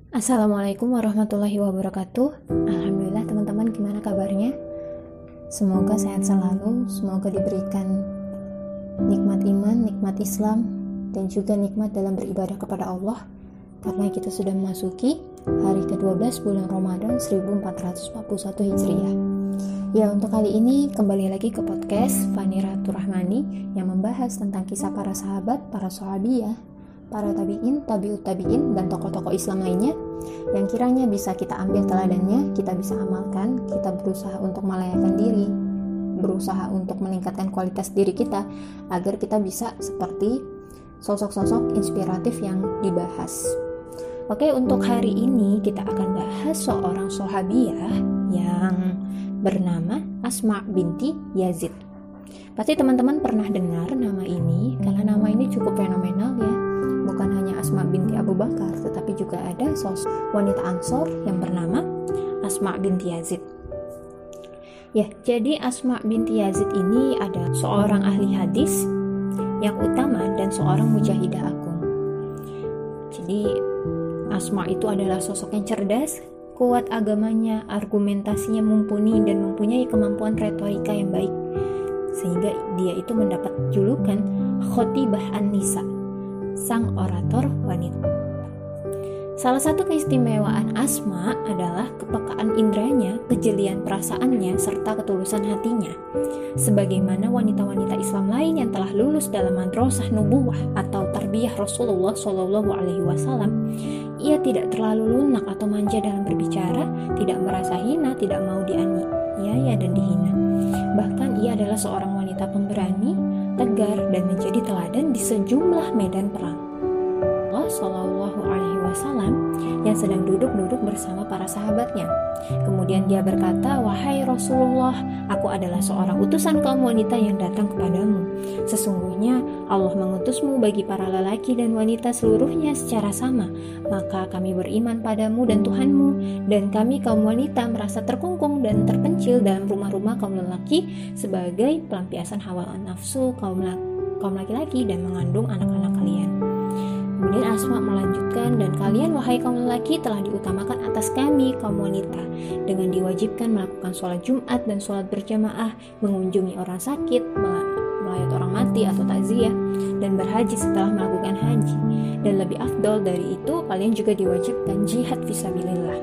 Assalamualaikum warahmatullahi wabarakatuh. Alhamdulillah teman-teman, gimana kabarnya? Semoga sehat selalu, semoga diberikan nikmat iman, nikmat Islam, dan juga nikmat dalam beribadah kepada Allah. Karena kita sudah memasuki hari ke-12 bulan Ramadan 1441 Hijriah. Ya, untuk kali ini kembali lagi ke podcast Fani Ratu Rahmani yang membahas tentang kisah para sahabat, para sahabiyah, para tabi'in, tabi'ut tabi'in, dan tokoh-tokoh Islam lainnya yang kiranya bisa kita ambil teladannya, kita bisa amalkan, kita berusaha untuk melayakan diri, berusaha untuk meningkatkan kualitas diri kita agar kita bisa seperti sosok-sosok inspiratif yang dibahas. Oke, untuk hari ini kita akan bahas seorang sahabiyah yang bernama Asma binti Yazid. Pasti teman-teman pernah dengar nama ini karena nama ini cukup fenomenal ya. Bukan hanya Asma binti Abu Bakar, tetapi juga ada sosok wanita Ansor yang bernama Asma binti Yazid. Ya, jadi Asma binti Yazid ini ada seorang ahli hadis yang utama dan seorang mujahidah agung. Jadi Asma itu adalah sosok yang cerdas, kuat agamanya, argumentasinya mumpuni, dan mempunyai kemampuan retorika yang baik, sehingga dia itu mendapat julukan Khotibah An-Nisa, sang orator wanita. Salah satu keistimewaan Asma adalah kepekaan indranya, kejelian perasaannya, serta ketulusan hatinya. Sebagaimana wanita-wanita Islam lain yang telah lulus dalam madrasah nubuwah atau tarbiyah Rasulullah SAW, ia tidak terlalu lunak atau manja dalam berbicara, tidak merasa hina, tidak mau dianiaya dan dihina. Bahkan ia adalah seorang wanita pemberani, tegar, dan menjadi teladan di sejumlah medan perang. Sallallahu Alaihi Wasallam yang sedang duduk-duduk bersama para sahabatnya. Kemudian dia berkata, "Wahai Rasulullah, aku adalah seorang utusan kaum wanita yang datang kepadamu. Sesungguhnya Allah mengutusmu bagi para lelaki dan wanita seluruhnya secara sama. Maka kami beriman padamu dan Tuhanmu, dan kami kaum wanita merasa terkungkung dan terpencil dalam rumah-rumah kaum lelaki sebagai pelampiasan hawa nafsu kaum laki-laki dan mengandung anak-anak kalian." Kemudian Asma melanjutkan, "Dan kalian wahai kaum lelaki telah diutamakan atas kami kaum wanita dengan diwajibkan melakukan sholat Jumat dan sholat berjamaah, mengunjungi orang sakit, melayat orang mati atau takziah, dan berhaji setelah melakukan haji. Dan lebih afdol dari itu, kalian juga diwajibkan jihad fisabilillah."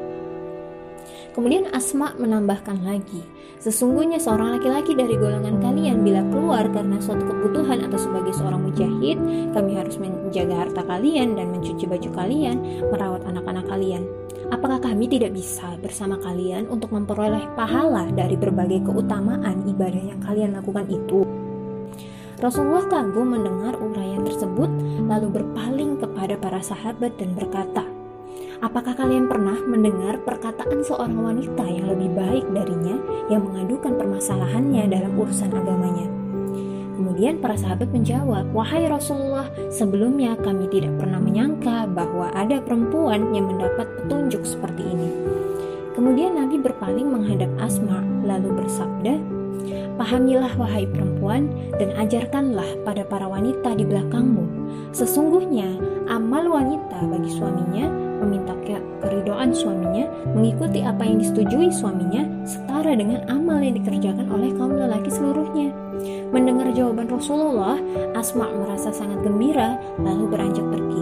Kemudian Asma menambahkan lagi, "Sesungguhnya seorang laki-laki dari golongan kalian bila keluar karena suatu kebutuhan atau sebagai seorang mujahid, kami harus menjaga harta kalian dan mencuci baju kalian, merawat anak-anak kalian. Apakah kami tidak bisa bersama kalian untuk memperoleh pahala dari berbagai keutamaan ibadah yang kalian lakukan itu?" Rasulullah kagum mendengar uraian tersebut, lalu berpaling kepada para sahabat dan berkata, "Apakah kalian pernah mendengar perkataan seorang wanita yang lebih baik darinya yang mengadukan permasalahannya dalam urusan agamanya?" Kemudian para sahabat menjawab, "Wahai Rasulullah, sebelumnya kami tidak pernah menyangka bahwa ada perempuan yang mendapat petunjuk seperti ini." Kemudian Nabi berpaling menghadap Asma lalu bersabda, "Pahamilah wahai perempuan dan ajarkanlah pada para wanita di belakangmu. Sesungguhnya amal wanita bagi suaminya, meminta keridhaan suaminya, mengikuti apa yang disetujui suaminya, setara dengan amal yang dikerjakan oleh kaum lelaki seluruhnya." Mendengar jawaban Rasulullah, Asma merasa sangat gembira lalu beranjak pergi.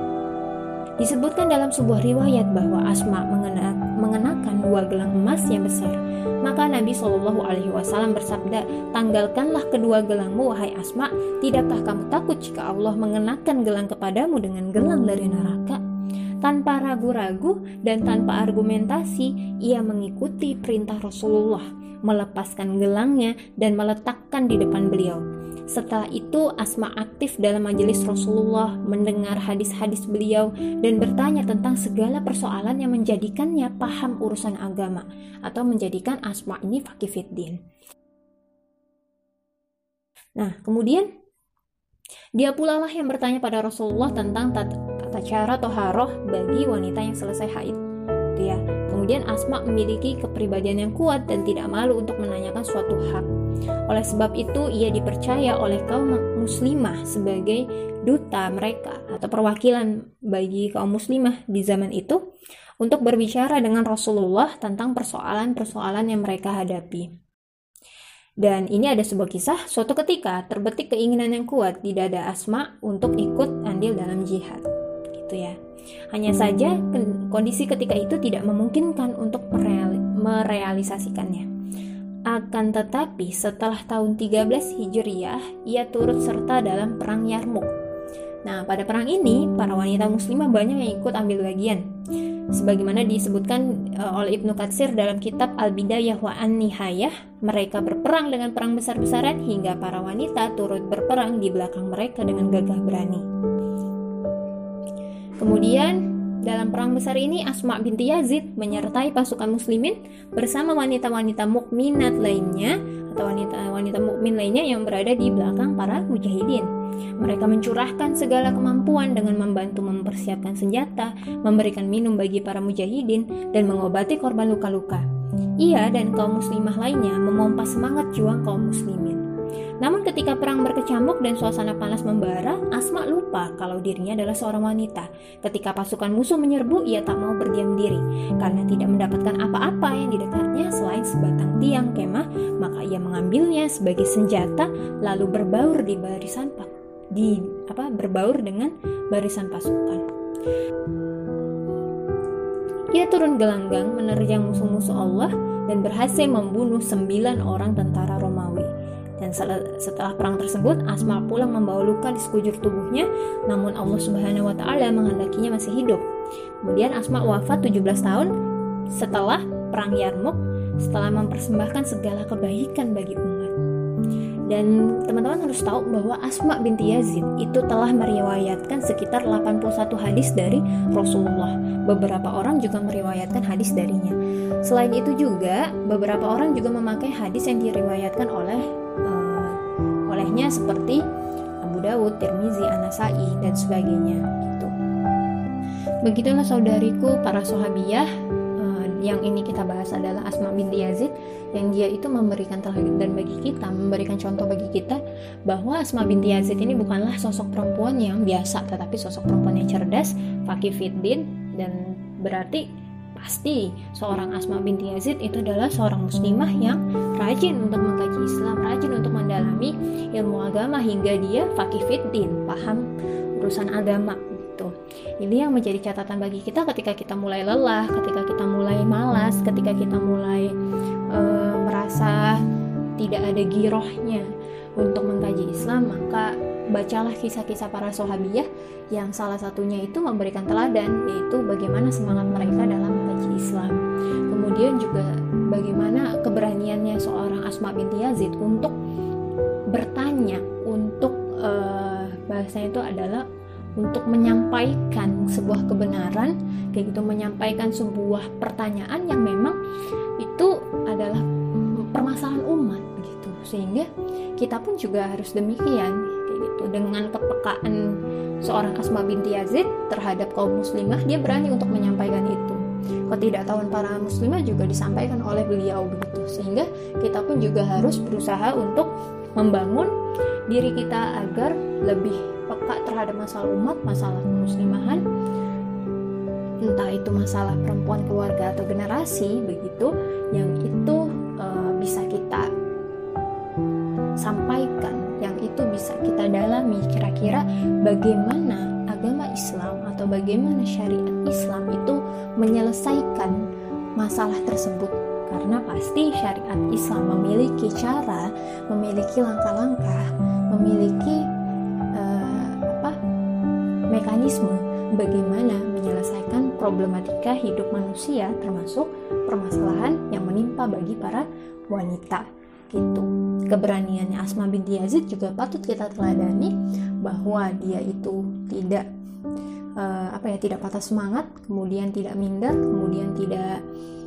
Disebutkan dalam sebuah riwayat bahwa Asma mengenakan 2 gelang emas yang besar. Maka Nabi SAW bersabda, "Tanggalkanlah kedua gelangmu, wahai Asma. Tidakkah kamu takut jika Allah mengenakan gelang kepadamu dengan gelang dari neraka?" Tanpa ragu-ragu dan tanpa argumentasi, ia mengikuti perintah Rasulullah, melepaskan gelangnya dan meletakkan di depan beliau. Setelah itu Asma aktif dalam majelis Rasulullah, mendengar hadis-hadis beliau dan bertanya tentang segala persoalan yang menjadikannya paham urusan agama atau menjadikan Asma ini faqih fiddin. Nah, kemudian dia pula lah yang bertanya pada Rasulullah tentang tata cara toharoh bagi wanita yang selesai haid. Ya. Kemudian Asma memiliki kepribadian yang kuat dan tidak malu untuk menanyakan suatu hak. Oleh sebab itu ia dipercaya oleh kaum muslimah sebagai duta mereka atau perwakilan bagi kaum muslimah di zaman itu untuk berbicara dengan Rasulullah tentang persoalan-persoalan yang mereka hadapi. Dan ini ada sebuah kisah, suatu ketika terbetik keinginan yang kuat di dada Asma untuk ikut andil dalam jihad. Gitu ya. Hanya saja kondisi ketika itu tidak memungkinkan untuk merealisasikannya. Akan tetapi setelah tahun 13 Hijriah, ia turut serta dalam perang Yarmuk. Nah, pada perang ini, para wanita muslimah banyak yang ikut ambil bagian. Sebagaimana disebutkan oleh Ibnu Katsir dalam kitab Al-Bidayah wa An-Nihayah, mereka berperang dengan perang besar-besaran hingga para wanita turut berperang di belakang mereka dengan gagah berani. Kemudian dalam perang besar ini Asma binti Yazid menyertai pasukan muslimin bersama wanita-wanita mukminat lainnya atau wanita-wanita mukmin lainnya yang berada di belakang para mujahidin. Mereka mencurahkan segala kemampuan dengan membantu mempersiapkan senjata, memberikan minum bagi para mujahidin, dan mengobati korban luka-luka. Ia dan kaum muslimah lainnya memompa semangat juang kaum muslimin. Namun ketika perang berkecamuk dan suasana panas membara, Asma lupa kalau dirinya adalah seorang wanita. Ketika pasukan musuh menyerbu, ia tak mau berdiam diri. Karena tidak mendapatkan apa-apa yang di dekatnya selain sebatang tiang kemah, maka ia mengambilnya sebagai senjata lalu berbaur dengan barisan pasukan. Ia turun gelanggang menerjang musuh-musuh Allah dan berhasil membunuh 9 orang tentara Romawi. Dan setelah perang tersebut, Asma pulang membawa luka di sekujur tubuhnya, namun Allah Subhanahu wa Ta'ala menghendakinya masih hidup. Kemudian Asma wafat 17 tahun setelah perang Yarmuk, setelah mempersembahkan segala kebaikan bagi umat. Dan teman-teman harus tahu bahwa Asma binti Yazid itu telah meriwayatkan sekitar 81 hadis dari Rasulullah. Beberapa orang juga meriwayatkan hadis darinya. Selain itu juga, beberapa orang juga memakai hadis yang diriwayatkan olehnya seperti Abu Dawud, Tirmizi, An-Nasai, dan sebagainya. Gitu. Begitulah saudariku para sahabiyah. Yang ini kita bahas adalah Asma binti Yazid, yang dia itu memberikan teladan bagi kita, memberikan contoh bagi kita bahwa Asma binti Yazid ini bukanlah sosok perempuan yang biasa, tetapi sosok perempuan yang cerdas, faqih fiddin, dan berarti pasti seorang Asma binti Yazid itu adalah seorang muslimah yang rajin untuk mengkaji Islam, rajin untuk mendalami ilmu agama hingga dia faqih fiddin, paham urusan agama. Ini yang menjadi catatan bagi kita ketika kita mulai lelah, ketika kita mulai malas, ketika kita mulai merasa tidak ada girohnya untuk mengkaji Islam, maka bacalah kisah-kisah para sahabiyah yang salah satunya itu memberikan teladan, yaitu bagaimana semangat mereka dalam mengkaji Islam. Kemudian juga bagaimana keberaniannya seorang Asma binti Yazid untuk bertanya, untuk bahasanya itu adalah untuk menyampaikan sebuah kebenaran, kayak gitu, menyampaikan sebuah pertanyaan yang memang itu adalah permasalahan umat, begitu. Sehingga kita pun juga harus demikian, kayak gitu. Dengan kepekaan seorang Asma binti Yazid terhadap kaum muslimah, dia berani untuk menyampaikan itu. Ketidaktahuan para muslimah juga disampaikan oleh beliau, begitu. Sehingga kita pun juga harus berusaha untuk membangun diri kita agar lebih peka terhadap masalah umat, masalah kemuslimahan, entah itu masalah perempuan, keluarga, atau generasi, begitu, yang itu bisa kita sampaikan, yang itu bisa kita dalami kira-kira bagaimana agama Islam atau bagaimana syariat Islam itu menyelesaikan masalah tersebut. Karena pasti syariat Islam memiliki cara, memiliki langkah-langkah, memiliki mekanisme bagaimana menyelesaikan problematika hidup manusia, termasuk permasalahan yang menimpa bagi para wanita. Gitu. Keberaniannya Asma binti Yazid juga patut kita teladani, bahwa dia itu tidak tidak patah semangat, kemudian tidak minder, kemudian tidak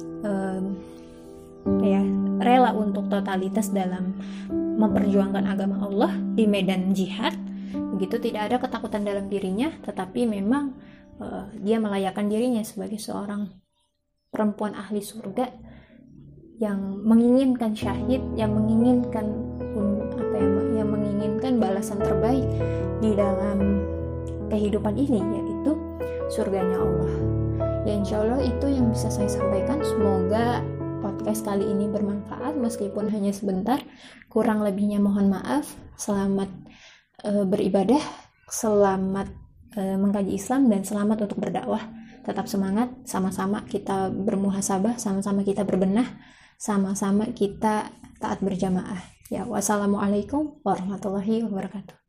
rela untuk totalitas dalam memperjuangkan agama Allah di medan jihad. Begitu, tidak ada ketakutan dalam dirinya, tetapi memang dia melayakkan dirinya sebagai seorang perempuan ahli surga yang menginginkan syahid, yang menginginkan yang menginginkan balasan terbaik di dalam kehidupan ini, yaitu surganya Allah. Ya insya Allah itu yang bisa saya sampaikan. Semoga podcast kali ini bermanfaat meskipun hanya sebentar. Kurang lebihnya mohon maaf. Selamat beribadah, selamat mengkaji Islam, dan selamat untuk berdakwah. Tetap semangat, sama-sama kita bermuhasabah, sama-sama kita berbenah, sama-sama kita taat berjamaah. Ya, wassalamualaikum warahmatullahi wabarakatuh.